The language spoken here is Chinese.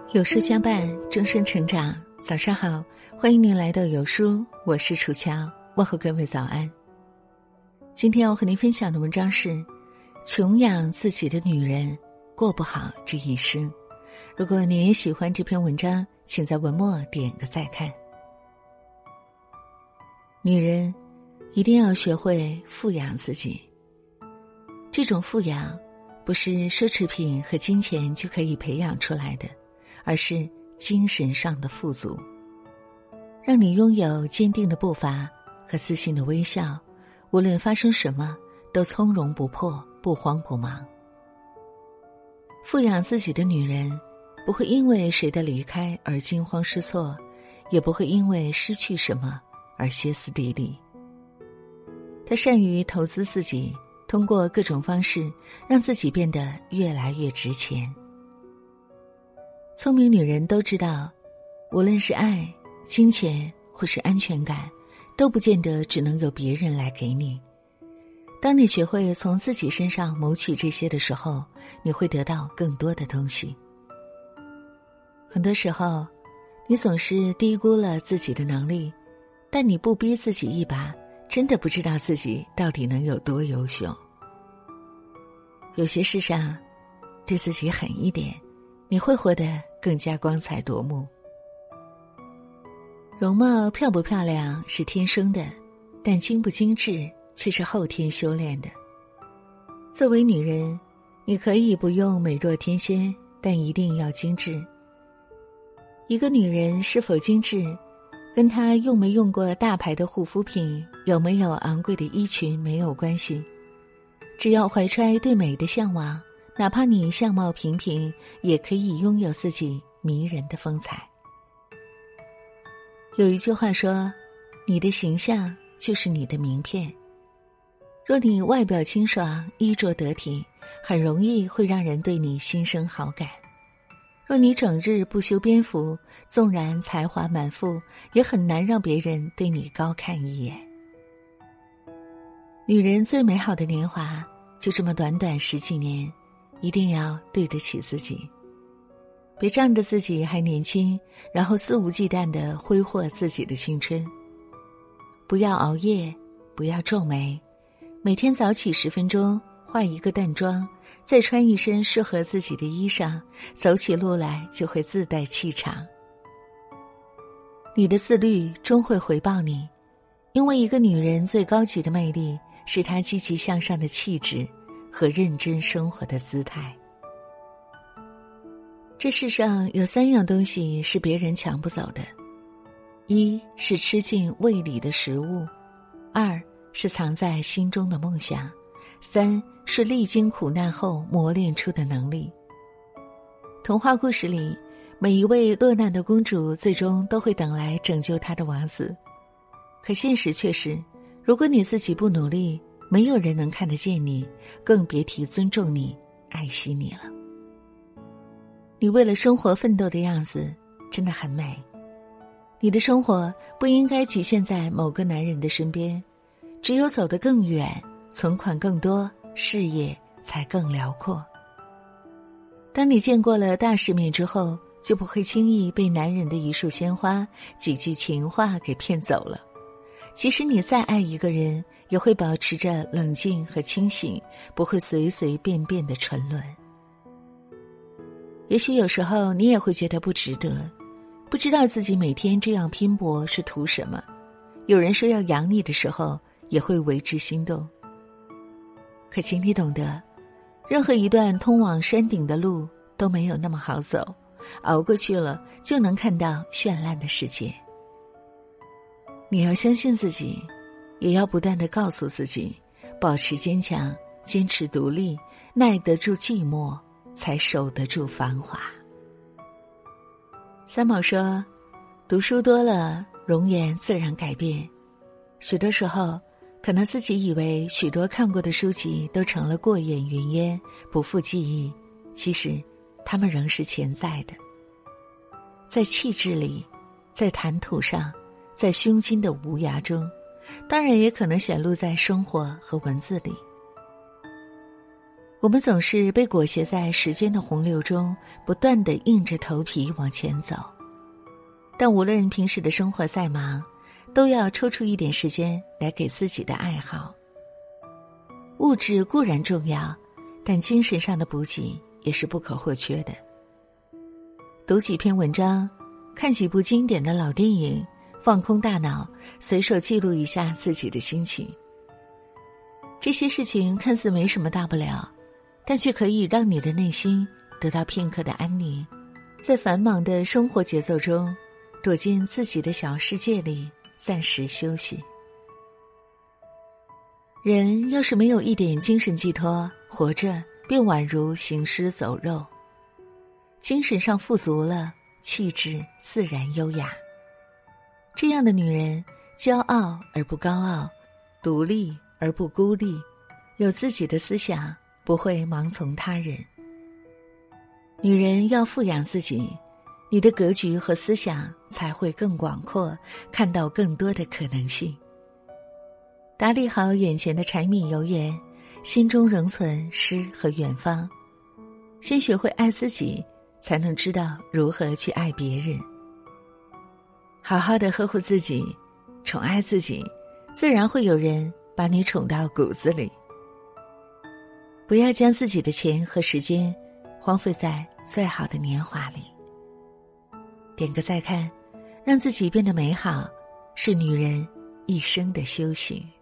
有书相伴，终身成长。早上好，欢迎您来到有书，我是楚乔，问候各位早安。今天要和您分享的文章是：穷养自己的女人，过不好这一生。如果你也喜欢这篇文章，请在文末点个再看。女人一定要学会富养自己，这种富养不是奢侈品和金钱就可以培养出来的，而是精神上的富足，让你拥有坚定的步伐和自信的微笑，无论发生什么都从容不迫，不慌不忙。富养自己的女人不会因为谁的离开而惊慌失措，也不会因为失去什么而歇斯底里。她善于投资自己，通过各种方式让自己变得越来越值钱。聪明女人都知道，无论是爱、金钱或是安全感，都不见得只能由别人来给你。当你学会从自己身上谋取这些的时候，你会得到更多的东西。很多时候，你总是低估了自己的能力，但你不逼自己一把，真的不知道自己到底能有多优秀。有些事上，对自己狠一点，你会活得更加光彩夺目。容貌漂不漂亮是天生的，但精不精致却是后天修炼的。作为女人，你可以不用美若天仙，但一定要精致。一个女人是否精致，跟她用没用过大牌的护肤品，有没有昂贵的衣裙没有关系。只要怀揣对美的向往，哪怕你相貌平平，也可以拥有自己迷人的风采。有一句话说，你的形象就是你的名片。若你外表清爽，衣着得体，很容易会让人对你心生好感。若你整日不修边幅，纵然才华满腹，也很难让别人对你高看一眼。女人最美好的年华，就这么短短10几年，一定要对得起自己。别仗着自己还年轻，然后肆无忌惮地挥霍自己的青春。不要熬夜，不要皱眉，每天早起10分钟，化一个淡妆，再穿一身适合自己的衣裳，走起路来就会自带气场。你的自律终会回报你，因为一个女人最高级的魅力是她积极向上的气质和认真生活的姿态。这世上有3样东西是别人抢不走的：一是吃进胃里的食物，2是藏在心中的梦想，3是历经苦难后磨练出的能力。童话故事里，每一位落难的公主最终都会等来拯救她的王子。可现实却是，如果你自己不努力，没有人能看得见你，更别提尊重你、爱惜你了。你为了生活奋斗的样子真的很美。你的生活不应该局限在某个男人的身边，只有走得更远，存款更多，事业才更辽阔。当你见过了大世面之后，就不会轻易被男人的一束鲜花、几句情话给骗走了。即使你再爱一个人，也会保持着冷静和清醒，不会随随便便的沉沦。也许有时候你也会觉得不值得，不知道自己每天这样拼搏是图什么。有人说要养你的时候，也会为之心动。可请你懂得，任何一段通往山顶的路都没有那么好走，熬过去了就能看到绚烂的世界。你要相信自己，也要不断地告诉自己，保持坚强，坚持独立，耐得住寂寞，才守得住繁华。三毛说，读书多了，容颜自然改变。许多时候，可能自己以为许多看过的书籍都成了过眼云烟，不复记忆，其实它们仍是潜在的。在气质里，在谈吐上，在胸襟的无涯中，当然也可能显露在生活和文字里。 我们总是被裹挟在时间的洪流中，不断地硬着头皮往前走。但无论平时的生活再忙，都要抽出一点时间来给自己的爱好。物质固然重要，但精神上的补给也是不可或缺的。读几篇文章，看几部经典的老电影，放空大脑，随手记录一下自己的心情。这些事情看似没什么大不了，但却可以让你的内心得到片刻的安宁，在繁忙的生活节奏中，躲进自己的小世界里，暂时休息。人要是没有一点精神寄托，活着便宛如行尸走肉。精神上富足了，气质自然优雅。这样的女人，骄傲而不高傲，独立而不孤立，有自己的思想，不会盲从他人。女人要富养自己，你的格局和思想才会更广阔，看到更多的可能性。打理好眼前的柴米油盐，心中仍存诗和远方。先学会爱自己，才能知道如何去爱别人。好好的呵护自己，宠爱自己，自然会有人把你宠到骨子里。不要将自己的钱和时间荒废在最好的年华里。点个再看，让自己变得美好，是女人一生的修行。